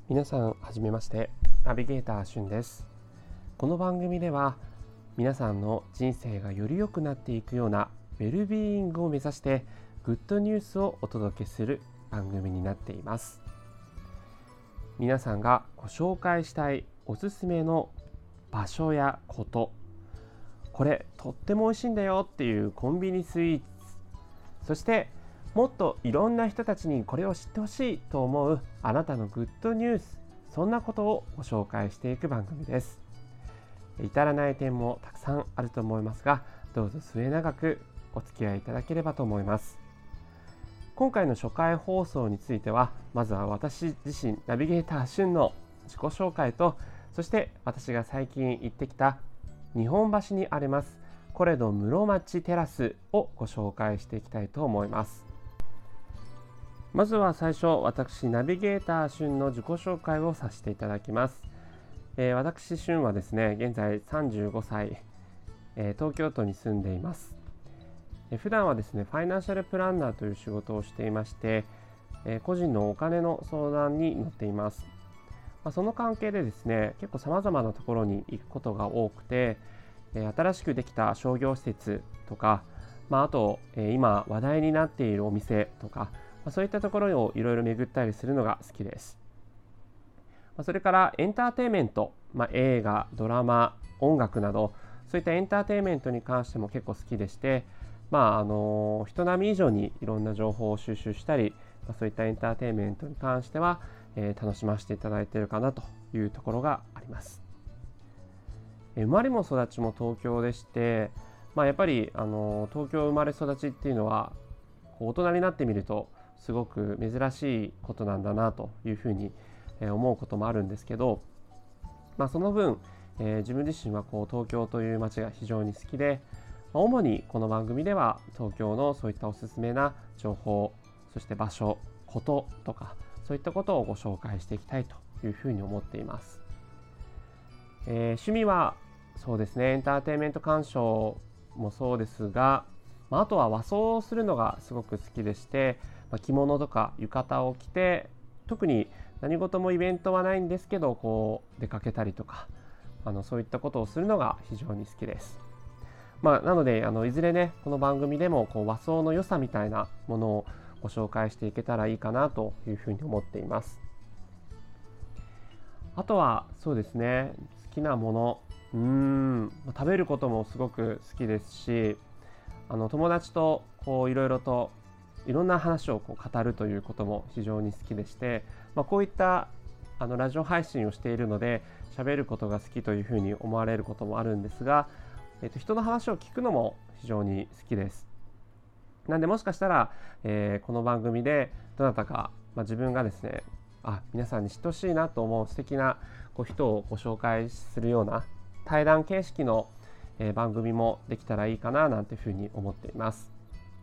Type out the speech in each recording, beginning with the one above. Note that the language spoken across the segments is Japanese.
皆さんはじめまして、ナビゲーターしゅんです。この番組では皆さんの人生がより良くなっていくようなウェルビーイングを目指してグッドニュースをお届けする番組になっています。皆さんがご紹介したいおすすめの場所やこと、これとっても美味しいんだよっていうコンビニスイーツ、そしてもっといろんな人たちにこれを知ってほしいと思うあなたのグッドニュース、そんなことをご紹介していく番組です。至らない点もたくさんあると思いますが、どうぞ末永くお付き合いいただければと思います。今回の初回放送については、まずは私自身ナビゲーターしゅんの自己紹介と、そして私が最近行ってきた日本橋にありますコレド室町テラスをご紹介していきたいと思います。まずは最初、私ナビゲーターしゅんの自己紹介をさせていただきます。私しゅんはですね、現在35歳、東京都に住んでいます。普段はですね、ファイナンシャルプランナーという仕事をしていまして、個人のお金の相談に乗っています。その関係でですね、結構様々なところに行くことが多くて、新しくできた商業施設とか、あと、今話題になっているお店とか、そういったところをいろいろ巡ったりするのが好きです。それからエンターテインメント、映画、ドラマ、音楽など、そういったエンターテインメントに関しても結構好きでして、人並み以上にいろんな情報を収集したり、そういったエンターテインメントに関しては、楽しませていただいているかなというところがあります。生まれも育ちも東京でして、やっぱり東京生まれ育ちっていうのは大人になってみるとすごく珍しいことなんだなというふうに思うこともあるんですけど、その分、自分自身は東京という街が非常に好きで、主にこの番組では東京のそういったおすすめな情報、そして場所、こととか、そういったことをご紹介していきたいというふうに思っています。趣味はそうですね、エンターテインメント鑑賞もそうですが、あとは和装をするのがすごく好きでして、着物とか浴衣を着て、特に何事もイベントはないんですけど出かけたりとか、そういったことをするのが非常に好きです。なのでいずれね、この番組でも和装の良さみたいなものをご紹介していけたらいいかなというふうに思っています。あとはそうですね、好きなもの、食べることもすごく好きですし、友達といろいろといろんな話を語るということも非常に好きでして、こういったラジオ配信をしているので喋ることが好きというふうに思われることもあるんですが、人の話を聞くのも非常に好きです。なんでもしかしたら、この番組でどなたか、自分がですね、皆さんに知ってほしいなと思う素敵な人をご紹介するような対談形式の番組もできたらいいかななんていうふうに思っています。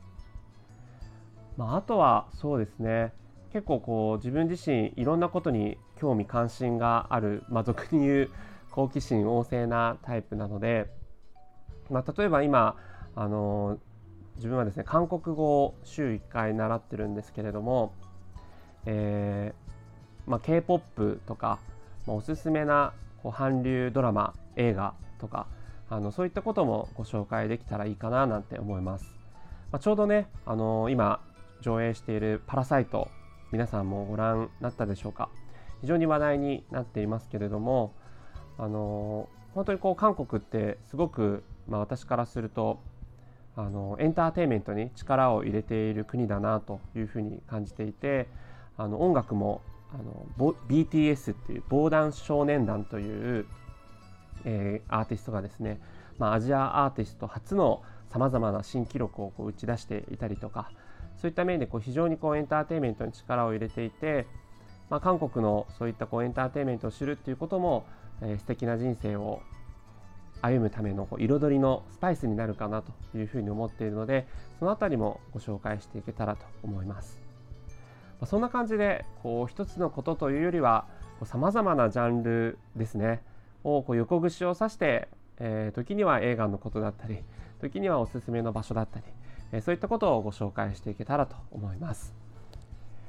あとはそうですね、結構自分自身いろんなことに興味関心がある、俗に言う好奇心旺盛なタイプなので、例えば今自分はですね、韓国語を週1回習ってるんですけれども、K-POP とか、おすすめな韓流ドラマ、映画とか、そういったこともご紹介できたらいいかななんて思います。ちょうどね、今上映しているパラサイト、皆さんもご覧になったでしょうか。非常に話題になっていますけれども、本当に韓国ってすごく、私からするとエンターテインメントに力を入れている国だなというふうに感じていて、音楽もBTS っていう防弾少年団という、アーティストがですね、アジアアーティスト初のさまざまな新記録を打ち出していたりとか、そういった面で非常にエンターテインメントに力を入れていて、韓国のそういったエンターテインメントを知るっていうことも、素敵な人生を歩むための彩りのスパイスになるかなというふうに思っているので、そのあたりもご紹介していけたらと思います。そんな感じで一つのことというよりはさまざまなジャンルですねを横串を刺して、時には映画のことだったり、時にはおすすめの場所だったり、そういったことをご紹介していけたらと思います。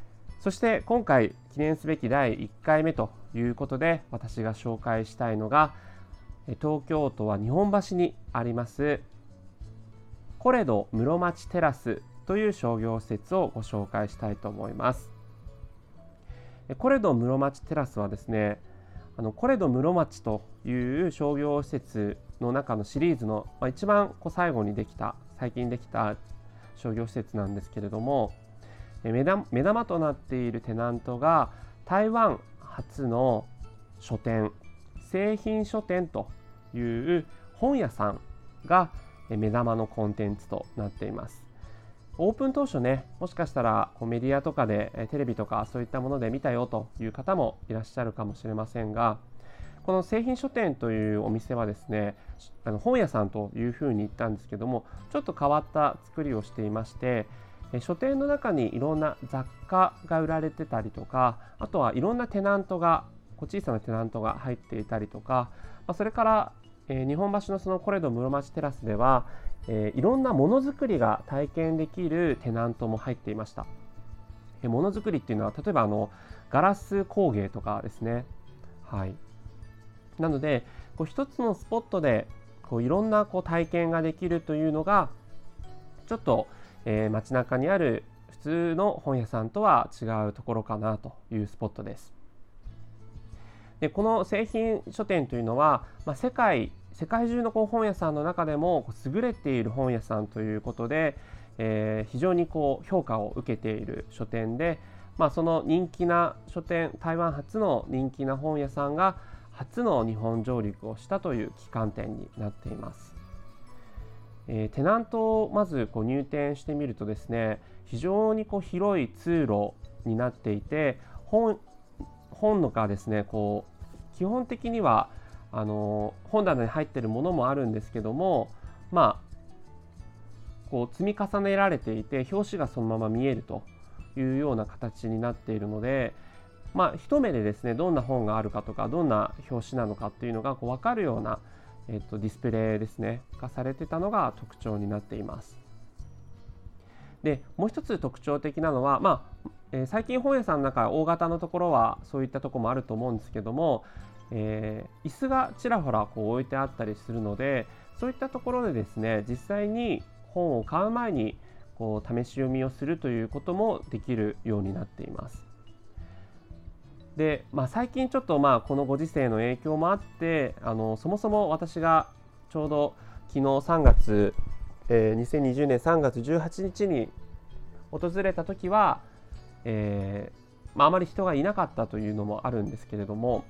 そして今回記念すべき第1回目ということで、私が紹介したいのが、東京都は日本橋にありますコレド室町テラスという商業施設をご紹介したいと思います。コレド室町テラスはですね、コレド室町という商業施設の中のシリーズの一番最近できた商業施設なんですけれども、目玉となっているテナントが台湾初の書店、製品書店という本屋さんが目玉のコンテンツとなっています。オープン当初ね、もしかしたらメディアとかでテレビとかそういったもので見たよという方もいらっしゃるかもしれませんが、この製品書店というお店はですね、本屋さんというふうに言ったんですけども、ちょっと変わった作りをしていまして、書店の中にいろんな雑貨が売られてたりとか、あとはいろんなテナントが、小さなテナントが入っていたりとか、それから日本橋のそのコレド室町テラスでは、いろんなものづくりが体験できるテナントも入っていました。ものづくりっていうのは、例えばガラス工芸とかですね。はい。なので一つのスポットでいろんな体験ができるというのがちょっと街中にある普通の本屋さんとは違うところかなというスポットです。でこの製品書店というのは、世界中の本屋さんの中でも優れている本屋さんということで、非常に評価を受けている書店で、その人気な書店、台湾初の人気な本屋さんが初の日本上陸をしたという旗艦店になっています。テナントをまず入店してみるとですね、非常に広い通路になっていて、本がですね基本的には本棚に入っているものもあるんですけども、積み重ねられていて表紙がそのまま見えるというような形になっているので、一目でですねどんな本があるかとかどんな表紙なのかっていうのが分かるような、ディスプレイですねがされてたのが特徴になっています。でもう一つ特徴的なのは、最近本屋さんの中大型のところはそういったところもあると思うんですけども、椅子がちらほら置いてあったりするので、そういったところでですね実際に本を買う前に試し読みをするということもできるようになっています。で、最近ちょっとこのご時世の影響もあってそもそも私がちょうど昨日2020年3月18日に訪れた時は、あまり人がいなかったというのもあるんですけれども、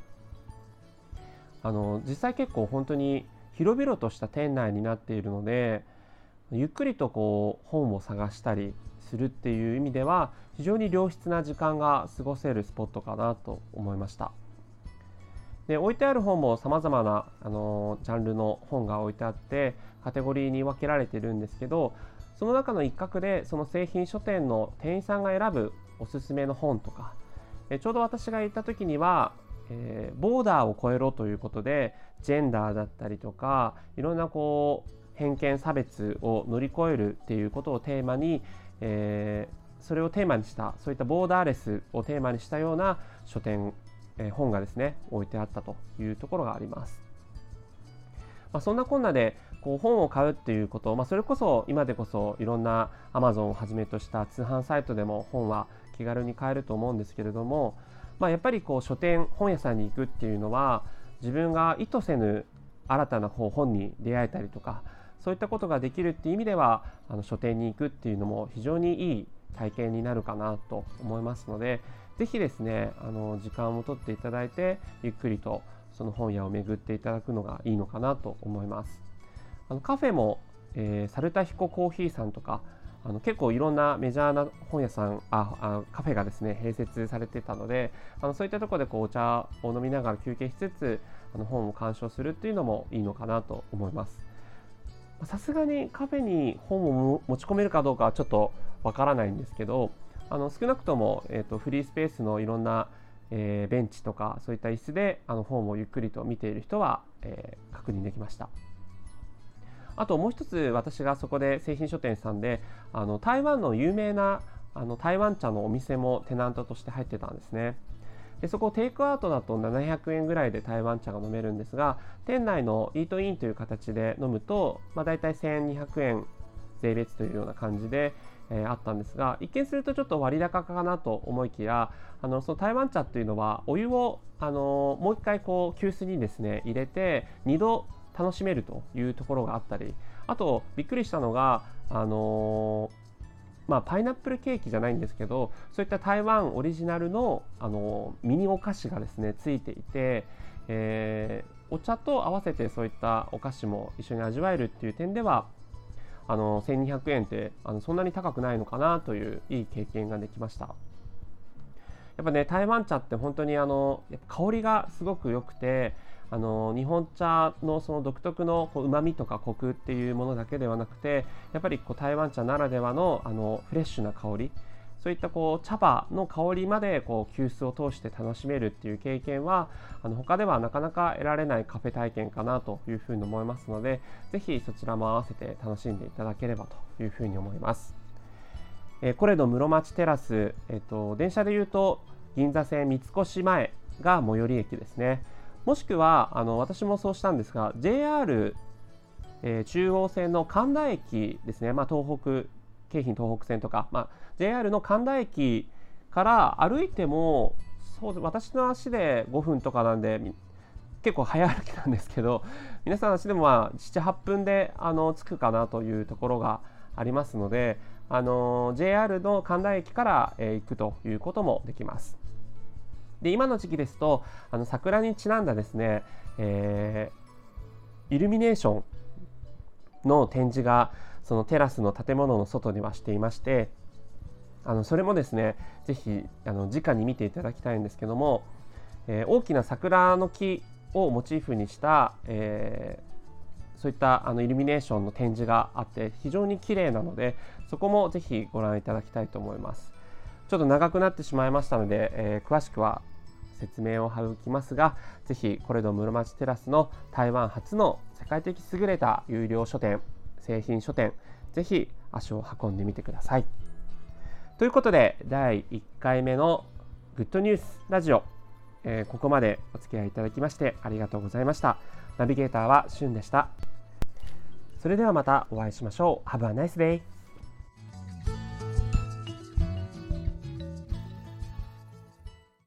実際結構本当に広々とした店内になっているので、ゆっくりと本を探したりするっていう意味では非常に良質な時間が過ごせるスポットかなと思いました。で置いてある本もさまざまなジャンルの本が置いてあってカテゴリーに分けられているんですけど、その中の一角でその製品書店の店員さんが選ぶおすすめの本とか、ちょうど私が行った時にはボーダーを超えろということでジェンダーだったりとかいろんな偏見差別を乗り越えるっていうことをテーマに、それをテーマにしたそういったボーダーレスをテーマにしたような書店、本がですね置いてあったというところがあります。そんなこんなで本を買うっていうこと、それこそ今でこそいろんな Amazon をはじめとした通販サイトでも本は気軽に買えると思うんですけれども、やっぱり書店本屋さんに行くっていうのは自分が意図せぬ新たな本に出会えたりとかそういったことができるっていう意味では書店に行くっていうのも非常にいい体験になるかなと思いますので、ぜひですね時間をとっていただいてゆっくりとその本屋を巡っていただくのがいいのかなと思います。カフェも、サルタヒココーヒーさんとか結構いろんなメジャーな本屋さんカフェがですね併設されてたのでそういったところでお茶を飲みながら休憩しつつ本を鑑賞するっていうのもいいのかなと思います。さすがにカフェに本を持ち込めるかどうかはちょっとわからないんですけど、少なくとも、フリースペースのいろんな、ベンチとかそういった椅子で本をゆっくりと見ている人は、確認できました。あともう一つ私がそこで製品書店さんで台湾の有名な台湾茶のお店もテナントとして入ってたんですね。でそこテイクアウトだと700円ぐらいで台湾茶が飲めるんですが、店内のイートインという形で飲むと、だいたい1200円税別というような感じで、あったんですが、一見するとちょっと割高かなと思いきや、その台湾茶っていうのはお湯をもう一回急須にですね入れて2度楽しめるというところがあったり、あとびっくりしたのがパイナップルケーキじゃないんですけど、そういった台湾オリジナルの、ミニお菓子がですねついていて、お茶と合わせてそういったお菓子も一緒に味わえるっていう点では1200円ってそんなに高くないのかなといういい経験ができました。やっぱね、台湾茶って本当にやっぱ香りがすごく良くて、日本茶のその独特の旨味とかコクっていうものだけではなくて、やっぱり台湾茶ならではのフレッシュな香り、そういった茶葉の香りまで急須を通して楽しめるっていう経験は他ではなかなか得られないカフェ体験かなというふうに思いますので、ぜひそちらも合わせて楽しんでいただければというふうに思います。コレド室町テラス、電車でいうと銀座線三越前が最寄り駅ですね。もしくは私もそうしたんですが JR、中央線の神田駅ですね、東北京浜東北線とか、JR の神田駅から歩いても私の足で5分とかなんで結構早歩きなんですけど、皆さん足でも7、8分で着くかなというところがありますので、JR の神田駅から、行くということもできます。で今の時期ですと桜にちなんだですね、イルミネーションの展示がそのテラスの建物の外にはしていまして、それもですねぜひ直に見ていただきたいんですけども、大きな桜の木をモチーフにした、そういったイルミネーションの展示があって非常に綺麗なので、そこもぜひご覧いただきたいと思います。ちょっと長くなってしまいましたので、詳しくは説明を省きますが、ぜひコレド室町テラスの台湾初の世界的優れた有料書店、製品書店、ぜひ足を運んでみてください。ということで第1回目のグッドニュースラジオ、ここまでお付き合いいただきましてありがとうございました。ナビゲーターはしゅんでした。それではまたお会いしましょう。Have a nice day!